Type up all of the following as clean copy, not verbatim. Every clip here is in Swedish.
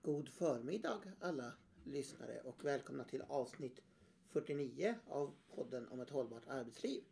God förmiddag alla lyssnare och välkomna till avsnitt 49 av podden om ett hållbart arbetsliv.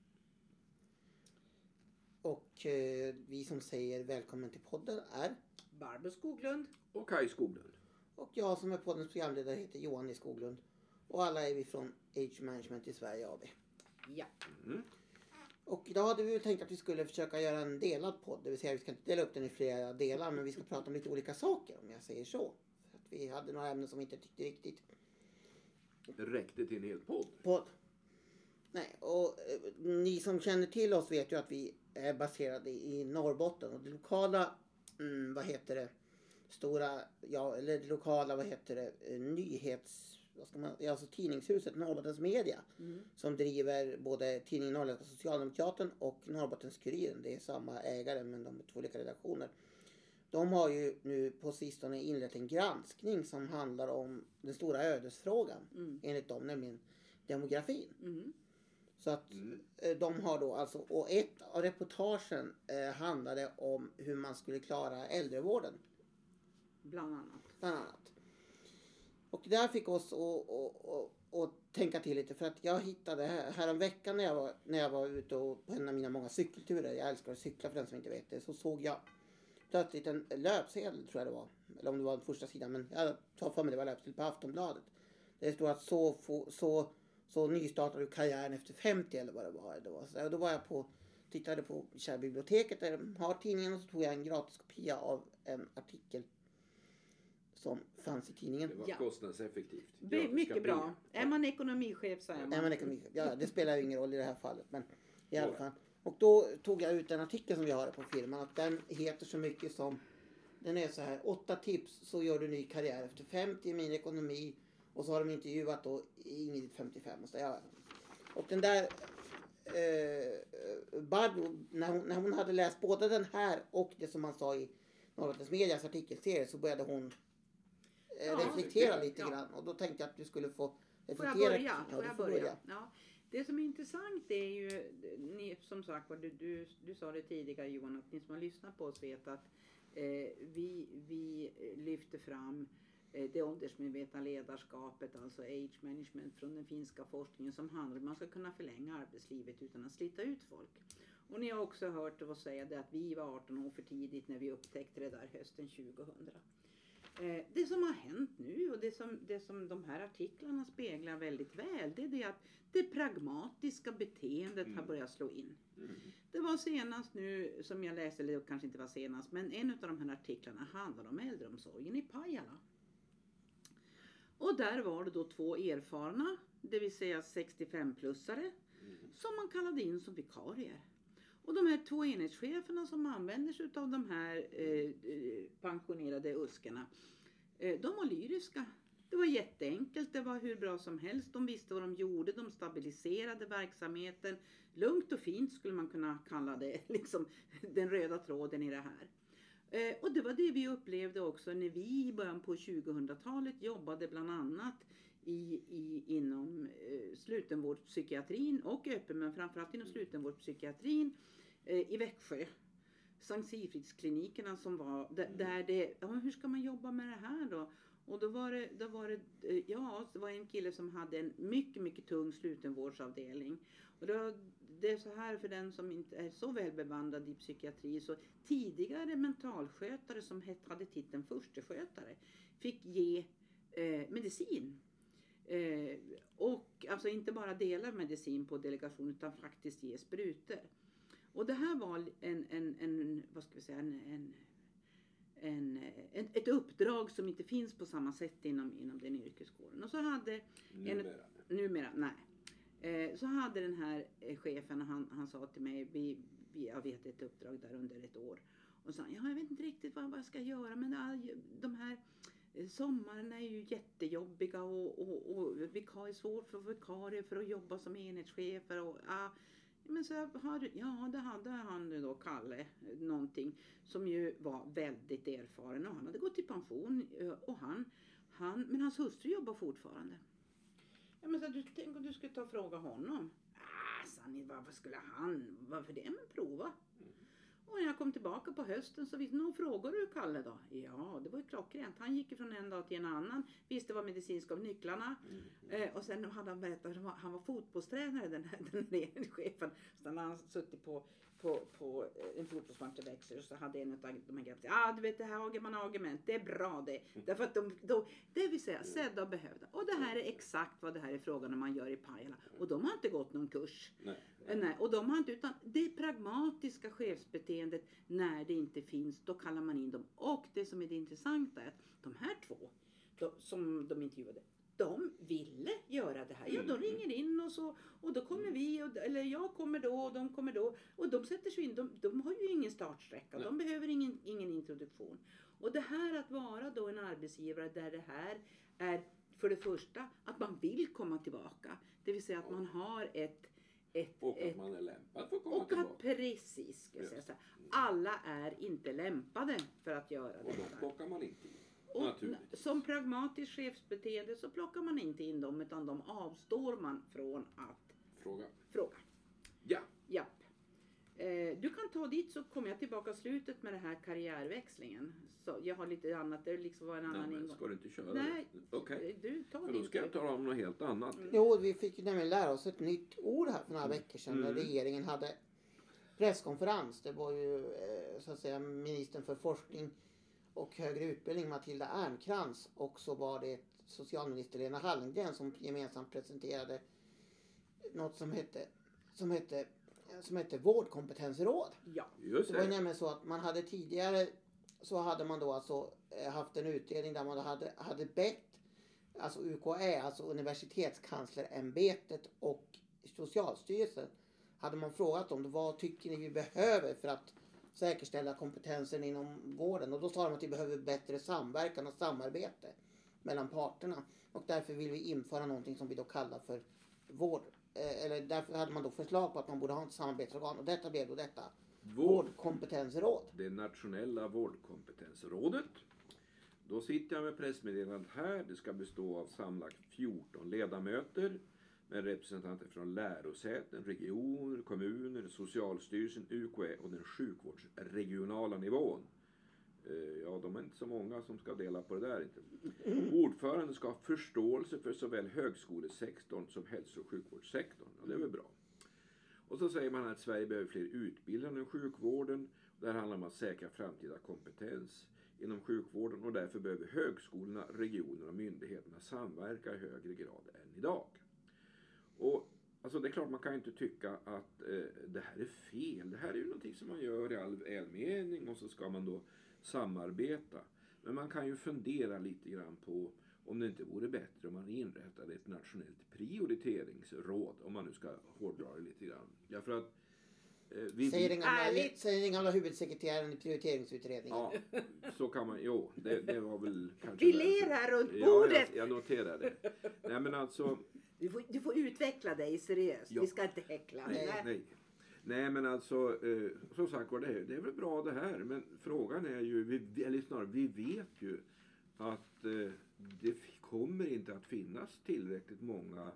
Och vi som säger välkommen till podden är Barbro Skoglund och Kaj Skoglund. Och jag som är poddens programledare heter Johan i Skoglund. Och alla är vi från Age Management i Sverige AB. Ja. Och idag hade vi tänkt att vi skulle försöka göra en delad podd. Det vill säga vi ska inte dela upp den i flera delar, men vi ska prata om lite olika saker om jag säger så. För att vi hade några ämnen som vi inte tyckte riktigt räckte till en hel podd. Nej, och ni som känner till oss vet ju att vi är baserade i Norrbotten. Och det lokala, alltså tidningshuset Norrbottens Media. Som driver både tidningen Norrländska Socialdemokraten och Norrbottens-Kuriren. Det är samma ägare men de är två olika redaktioner. De har ju nu på sistone inlett en granskning som handlar om den stora ödesfrågan. Enligt dem, nämligen demografin. Så att de har då alltså, och ett av reportagen handlade om hur man skulle klara äldrevården. Bland annat. Och det där fick oss att tänka till lite, för att jag hittade här om veckan när jag var ute och på en av mina många cykelturer, jag älskar att cykla för den som inte vet det, så såg jag plötsligt en löpsedel, tror jag det var, eller om det var den första sidan, men jag tar för mig det var löpsedel på Aftonbladet. Det stod att så nystartar du karriären efter 50 eller vad det var. Så då var jag tittade på biblioteket där de har tidningen, och så tog jag en gratis kopia av en artikel som fanns i tidningen. Det var kostnadseffektivt. Mycket bra. Är man ekonomichef så är man. Ja, det spelar ju ingen roll i det här fallet, men i alla fall. Och då tog jag ut en artikel som vi har på firman, och den heter så mycket som, den är så här: 8 tips så gör du ny karriär efter 50 i min ekonomi. Och så har de intervjuat då Ingrid 55 och så. Ja. Och den där Barbro, när hon hade läst både den här och det som man sa i Norrbottens Medias artikelserie, så började hon reflektera lite grann. Och då tänkte jag att du skulle få reflektera. Får jag börja? Ja. Det som är intressant är ju, ni, som sagt, du sa det tidigare Johan, att ni som har lyssnat på oss vet att vi lyfter fram det åldersmedvetna ledarskapet, alltså age management från den finska forskningen, som handlar om att man ska kunna förlänga arbetslivet utan att slita ut folk. Och ni har också hört oss säga det att vi var 18 år för tidigt när vi upptäckte det där hösten 2000. Det som har hänt nu och det som de här artiklarna speglar väldigt väl, det är det att det pragmatiska beteendet har börjat slå in. Det var senast nu som jag läste, eller kanske inte var senast, men en av de här artiklarna handlar om äldreomsorgen i Pajala. Och där var det då 2 erfarna, det vill säga 65-plussare, som man kallade in som vikarier. Och de här 2 enhetscheferna som använder sig av de här pensionerade uskarna, de var lyriska. Det var jätteenkelt, det var hur bra som helst, de visste vad de gjorde, de stabiliserade verksamheten. Lugnt och fint skulle man kunna kalla det, liksom den röda tråden i det här. Och det var det vi upplevde också när vi i början på 2000-talet jobbade bland annat inom slutenvårdspsykiatrin och öppen, men framförallt inom slutenvårdspsykiatrin i Växjö. Sankt Sigfridsklinikerna som var där det, hur ska man jobba med det här då? Och då var det en kille som hade en mycket, mycket tung slutenvårdsavdelning. Och det är så här för den som inte är så välbevandrad i psykiatri, så tidigare mentalskötare som hade titeln försteskötare fick ge medicin. Och alltså inte bara dela medicin på delegation utan faktiskt ge sprutor. Och det här var ett uppdrag som inte finns på samma sätt inom den yrkeskåren. Och så hade så hade den här chefen, han sa till mig, vi har vet ett uppdrag där under ett år. Och sa, jag vet inte riktigt vad jag ska göra, men de här sommarna är ju jättejobbiga och det är svårt för vikarier för att jobba som enhetschefer. Men så det hade han då, Kalle, någonting som ju var väldigt erfaren, och han hade gått i pension och men hans hustru jobbar fortfarande. Ja, men så du tänker att du skulle ta och fråga honom. Sa ni, varför skulle han? Varför det? Men prova. Och när jag kom tillbaka på hösten så visste nog frågor du Kalle då? Ja, det var ju klockrent. Han gick ju från en dag till en annan. Visste vad medicinska av nycklarna. Och sen hade han berättat att han var fotbollstränare, den här chefen. Så han hade suttit på en fotbollsmatch i Växjö och så hade en av de här grabbarna, du vet det här argument, det är bra det. Därför att det vill säga sedda och behövda. Och det här är exakt vad det här är frågan om man gör i Pajala. Och de har inte gått någon kurs. Nej, och de har inte, utan det pragmatiska chefsbeteendet när det inte finns, då kallar man in dem. Och det som är det intressanta är att de här två som de intervjuade, de ville göra det här. Ja, de ringer in och så. Och då kommer vi, eller jag kommer då och de kommer då. Och de sätter sig in, de har ju ingen startsträcka. De behöver ingen introduktion. Och det här att vara då en arbetsgivare där det här är för det första att man vill komma tillbaka. Det vill säga att man har att man är lämpad för att komma tillbaka. Och precis, ska jag säga så här. Alla är inte lämpade för att göra det. Och då plockar man inte in. Och som pragmatiskt chefsbeteende så plockar man inte in dem, utan de avstår man från att fråga. Ja. Japp. Du kan ta dit så kommer jag tillbaka slutet med den här karriärväxlingen. Så jag har lite annat, det liksom var en annan ingång. Ska du inte köra Nej, det? Okej. Du tar För då ska jag tala om något helt annat. Jo, vi fick ju nämligen lära oss ett nytt ord här för några veckor sedan när regeringen hade presskonferens. Det var ju så att säga ministern för forskning och högre utbildning Matilda Ernkrans, och så var det socialminister Lena Hallengren som gemensamt presenterade något som hette vårdkompetensråd. Ja, just det var ju nämligen så att man hade tidigare så hade man då alltså haft en utredning där man hade bett alltså UKÄ, alltså universitetskanslerämbetet och Socialstyrelsen hade man frågat dem vad tycker ni vi behöver för att säkerställa kompetensen inom vården, och då sa de att vi behöver bättre samverkan och samarbete mellan parterna, och därför vill vi införa någonting som vi då kallar för vård, eller därför hade man då förslag på att man borde ha ett samarbetsorgan, och detta blev då detta vårdkompetensråd. Det nationella vårdkompetensrådet. Då sitter jag med pressmeddelandet här. Det ska bestå av sammanlagt 14 ledamöter med representanter från lärosäten, regioner, kommuner, Socialstyrelsen, UKÄ och den sjukvårdsregionala nivån. Ja, de är inte så många som ska dela på det där inte. Ordförande ska ha förståelse för såväl högskolesektorn som hälso- och sjukvårdssektorn. Och det är väl bra. Och så säger man att Sverige behöver fler utbildade inom sjukvården. Det handlar om att säkra framtida kompetens inom sjukvården, och därför behöver högskolorna, regionerna och myndigheterna samverka i högre grad än idag. Och alltså det är klart, man kan inte tycka att det här är fel. Det här är ju någonting som man gör i all välmening, och så ska man då samarbeta. Men man kan ju fundera lite grann på om det inte vore bättre om man inrättade ett nationellt prioriteringsråd, om man nu ska hårdra det lite grann. Ja, för att säger den gamla huvudsekreteraren i prioriteringsutredningen. Ja, så kan man, det var väl kanske... Vi ler här runt bordet! Ja, jag noterar det. Nej, men alltså... Du får utveckla dig seriöst, vi ska inte häckla. Nej, men alltså, som sagt var det är väl bra det här, men frågan är ju, vi vet ju att det kommer inte att finnas tillräckligt många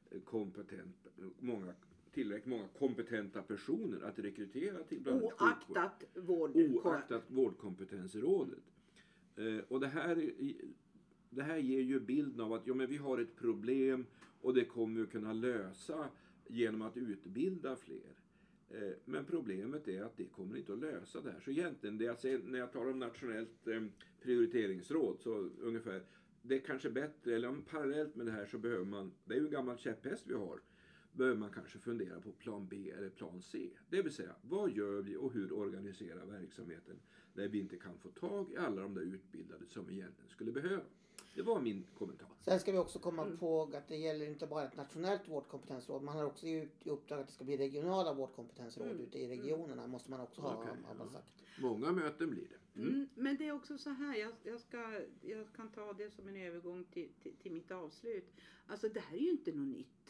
kompetenta personer att rekrytera till bland annat oaktat vårdkompetensrådet. Och det här ger ju bilden av att men vi har ett problem och det kommer vi kunna lösa genom att utbilda fler. Men problemet är att det kommer inte att lösa det här. Så egentligen, när jag talar om nationellt prioriteringsråd, så ungefär, det är kanske bättre, eller parallellt med det här så behöver man, det är ju en gammal käpphäst vi har, behöver man kanske fundera på plan B eller plan C. Det vill säga, vad gör vi och hur organiserar verksamheten där vi inte kan få tag i alla de där utbildade som vi egentligen skulle behöva. Det var min kommentar. Sen ska vi också komma ihåg att det gäller inte bara ett nationellt vårdkompetensråd. Man har också i uppdrag att det ska bli regionala vårdkompetensråd ute i regionerna. Måste man också ha, har man sagt. Många möten blir det. Men det är också så här, jag kan ta det som en övergång till mitt avslut. Alltså det här är ju inte något nytt.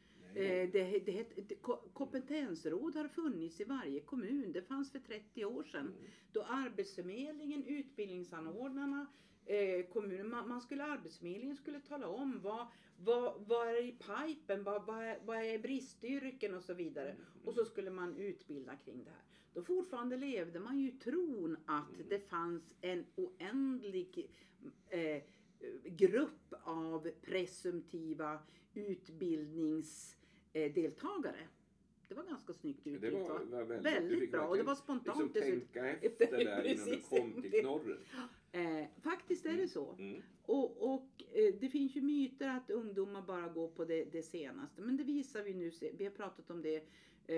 Kompetensråd har funnits i varje kommun. Det fanns för 30 år sedan. Då Arbetsförmedlingen, utbildningsanordnarna, kommunen, Arbetsförmedlingen skulle tala om vad är i pipen, vad är bristyrken och så vidare. Och så skulle man utbilda kring det här. då fortfarande levde man ju i tron att det fanns en oändlig grupp av presumtiva utbildningsdeltagare. Det var ganska snyggt uttryckt. Det var väldigt bra. Och det var spontant. Liksom tänka efter där innan du kom till knorren. Faktiskt är det så. Och det finns ju myter att ungdomar bara går på det senaste. Men det visar vi nu. Vi har pratat om det.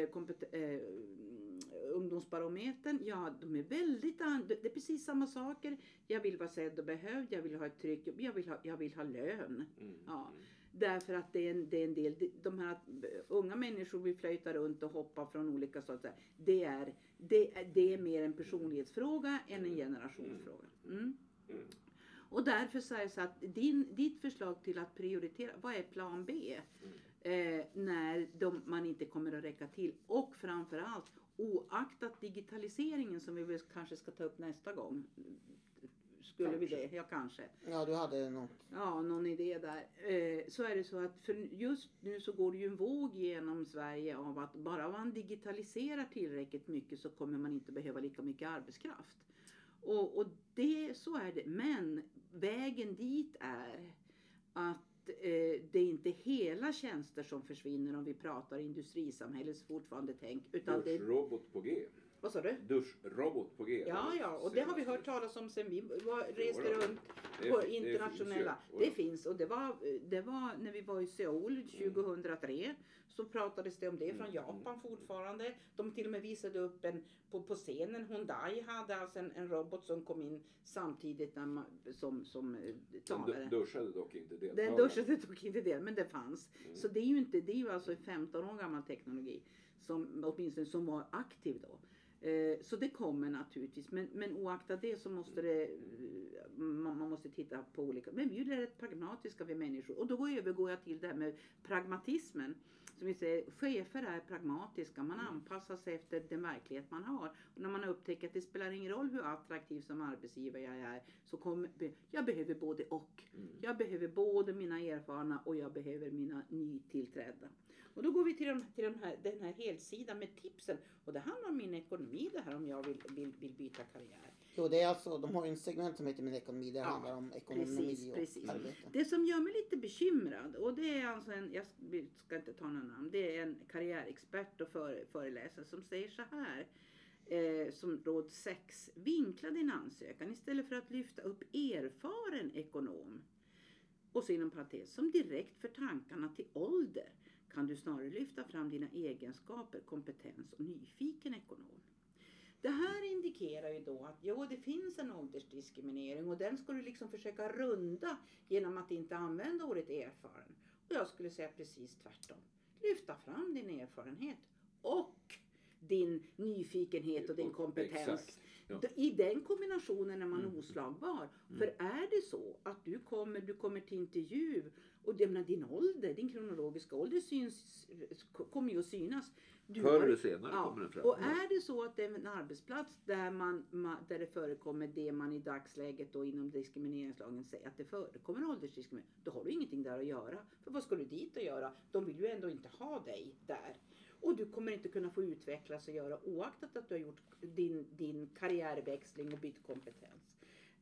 Ungdomsbarometern, ja, de är väldigt det är precis samma saker. Jag vill vara sedd och behövd, jag vill ha ett tryck, jag vill ha lön. Ja. Därför att det är en del, de här unga människor vill flöjta runt och hoppa från olika sorter. Det är mer en personlighetsfråga än en generationsfråga. Och därför så är det så att ditt förslag till att prioritera, vad är plan B? När man inte kommer att räcka till. Och framförallt oaktat digitaliseringen som vi väl kanske ska ta upp nästa gång. Skulle vi det? Ja, kanske. Ja, du hade något. Ja, någon idé där. Så är det så att för just nu så går det ju en våg genom Sverige av att bara man digitaliserar tillräckligt mycket så kommer man inte behöva lika mycket arbetskraft. Och så är det. Men vägen dit är att det är inte hela tjänster som försvinner om vi pratar industrisamhällets fortfarande tänk. Utan Duschrobot på G. Vad sa du? Duschrobot på G. Ja, och det har vi hört talas om sen vi reste runt på internationella. Det finns och det var när vi var i Seoul 2003 så pratades det om det från Japan fortfarande. De till och med visade upp på scenen. Hyundai hade alltså en robot som kom in samtidigt som talare. Den duschade dock inte det. Den duschade dock inte det, men det fanns. Så det är ju alltså 15 år gammal teknologi som åtminstone som var aktiv då. Så det kommer naturligtvis, men oaktat det så måste man måste titta på olika, men vi är rätt pragmatiska vi människor och då övergår jag till det här med pragmatismen. Som vi säger, chefer är pragmatiska, man anpassar sig efter den verklighet man har. Och när man upptäcker att det spelar ingen roll hur attraktiv som arbetsgivare jag är, så jag behöver både och. Jag behöver både mina erfarna och jag behöver mina nytillträdda. Och då går vi till den här helsidan med tipsen. Och det handlar om min ekonomi, det här om jag vill byta karriär. Jo, det är alltså, de har ju en segment som heter Min ekonomi. Det handlar om ekonomi och arbete. Det som gör mig lite bekymrad, och det är alltså jag ska inte ta någon namn, det är en karriärexpert och föreläsare som säger så här. Som råd 6. Vinkla din ansökan istället för att lyfta upp erfaren ekonom. Och så inom parentes, som direkt för tankarna till ålder kan du snarare lyfta fram dina egenskaper, kompetens och nyfiken ekonom. Det här indikerar ju då att det finns en åldersdiskriminering och den ska du liksom försöka runda genom att inte använda ordet erfaren. Och jag skulle säga precis tvärtom. Lyfta fram din erfarenhet och din nyfikenhet och din kompetens. Exakt. Ja. I den kombinationen är man oslagbar. För är det så att du kommer till intervju och din ålder, din kronologiska ålder kommer ju att synas. Förr eller senare kommer den fram. Och är det så att det är en arbetsplats där det förekommer det man i dagsläget då inom diskrimineringslagen säger att det förekommer åldersdiskriminering, då har du ingenting där att göra. För vad ska du dit att göra? De vill ju ändå inte ha dig där. Och du kommer inte kunna få utvecklas och göra oaktat att du har gjort din karriärväxling och bytt kompetens.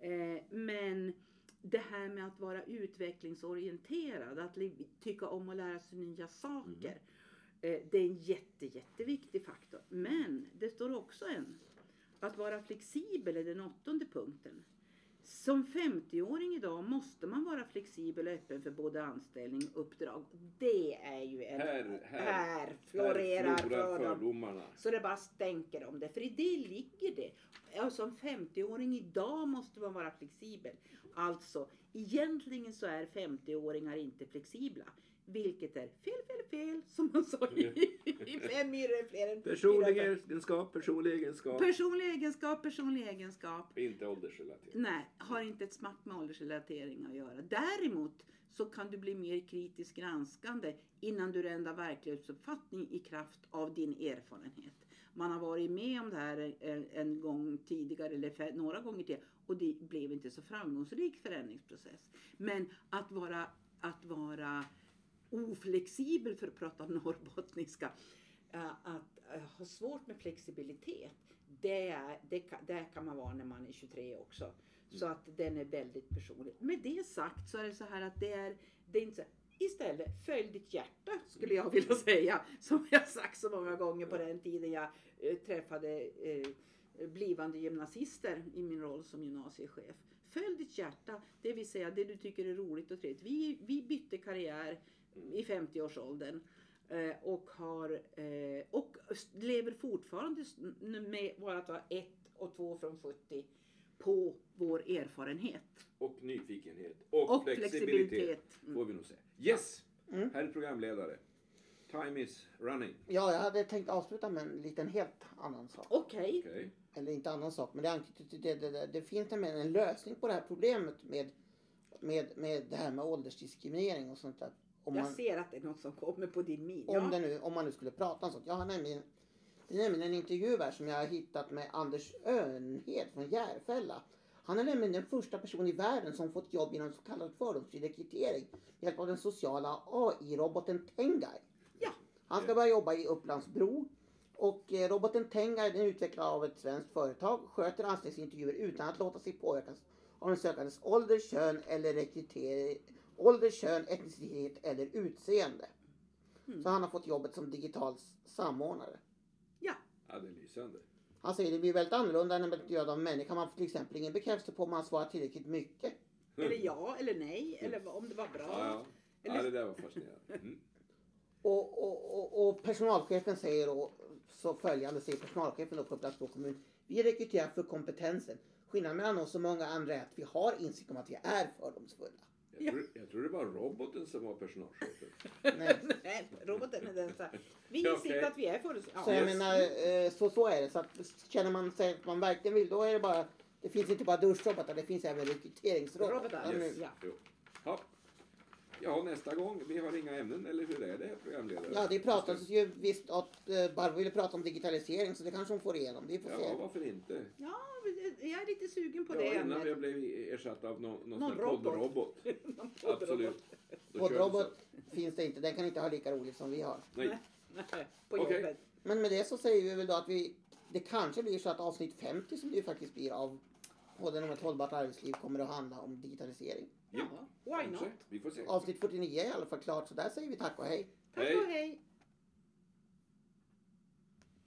Men det här med att vara utvecklingsorienterad, att tycka om att lära sig nya saker. Det är en jätteviktig faktor. Men det står också att vara flexibel är den 8:e punkten. Som 50-åring idag måste man vara flexibel och öppen för både anställning och uppdrag. Det är ju här florerar fördomarna. Så det bara stänker om det. För i det ligger det. Som 50-åring idag måste man vara flexibel. Alltså, egentligen så är 50-åringar inte flexibla. Vilket är fel, som man sa i 5 myror fler än personlig egenskap. Inte åldersrelatering. Nej, har inte ett smack med åldersrelatering att göra. Däremot så kan du bli mer kritiskt granskande innan du ändrar verklighetsuppfattning i kraft av din erfarenhet. Man har varit med om det här en gång tidigare eller några gånger till och det blev inte så framgångsrik förändringsprocess. Men att vara oflexibel, för att prata om norrbottniska, har svårt med flexibilitet, det kan man vara när man är 23 också. Så att den är väldigt personlig. Med det sagt så är det så här att det är inte så. Istället följ ditt hjärta, skulle jag vilja säga. Som jag sagt så många gånger på den tiden jag träffade blivande gymnasister i min roll som gymnasiechef. Följ ditt hjärta, det vill säga det du tycker är roligt och trevligt. Vi bytte karriär i 50-årsåldern. Och lever fortfarande med att vara 1 och 2 från 70 på vår erfarenhet. Och nyfikenhet. Och flexibilitet. Får vi nog säga. Yes! Här är programledare. Time is running. Ja, jag hade tänkt avsluta med en liten helt annan sak. Okej. Eller inte annan sak, men det anknyter till det finns en lösning på det här problemet med det här med åldersdiskriminering och sånt där. Jag ser att det är något som kommer på din min. Om man nu skulle prata om sånt. Jag har nämligen en intervju här som jag har hittat med Anders Önhed från Järfälla. Han är nämligen den första person i världen som fått jobb inom så kallad fördomsfri rekrytering med hjälp av den sociala AI-roboten Tengai. Ja. Han ska börja jobba i Upplandsbro. Och roboten Tengai, den är utvecklad av ett svenskt företag, sköter anställningsintervjuer utan att låta sig påverkas av en sökandes ålder, kön eller etnicitet eller utseende. Så han har fått jobbet som digital samordnare. Ja. Ja, det är lysande. Han säger det blir väldigt annorlunda än en göd av människa. Man får till exempel ingen bekräftelse på om man svarar tillräckligt mycket. Eller ja, eller nej, eller om det var bra. Ja, det där var fascinerande. Och personalchefen säger då, så följande säger personalchefen då på Upplandsbro kommun. Vi rekryterar för kompetensen. Skillnaden mellan oss och många andra är att vi har insikt om att vi är fördomsfulla. Jag tror det var roboten som var personalchefen. Nej, roboten är den så här. Vi inser att vi är fördomsfulla. Så jag menar, så är det. Så att känner man sig att man verkligen vill, då är det bara, det finns inte bara duschrobotar, det finns även rekryteringsrobotar. Yes. Ja, nästa gång. Vi har inga ämnen, eller hur är det, programledare? Ja, det pratas ju visst att Barbro ville prata om digitalisering, så det kanske hon får igenom. Vi får se. Ja, varför inte? Ja, jag är lite sugen på ja, det. Innan jag blev ersatt av någon poddrobot. Absolut. Poddrobot finns det inte. Den kan inte ha lika roligt som vi har. Nej. På jobbet. Men med det så säger vi väl då att det kanske blir så att avsnitt 50 som det ju faktiskt blir av podden om ett hållbart arbetsliv kommer att handla om digitalisering. Ja, why not? Vi får se. Avsnitt 49 är i alla fall klart, så där säger vi tack och hej. Tack och hej.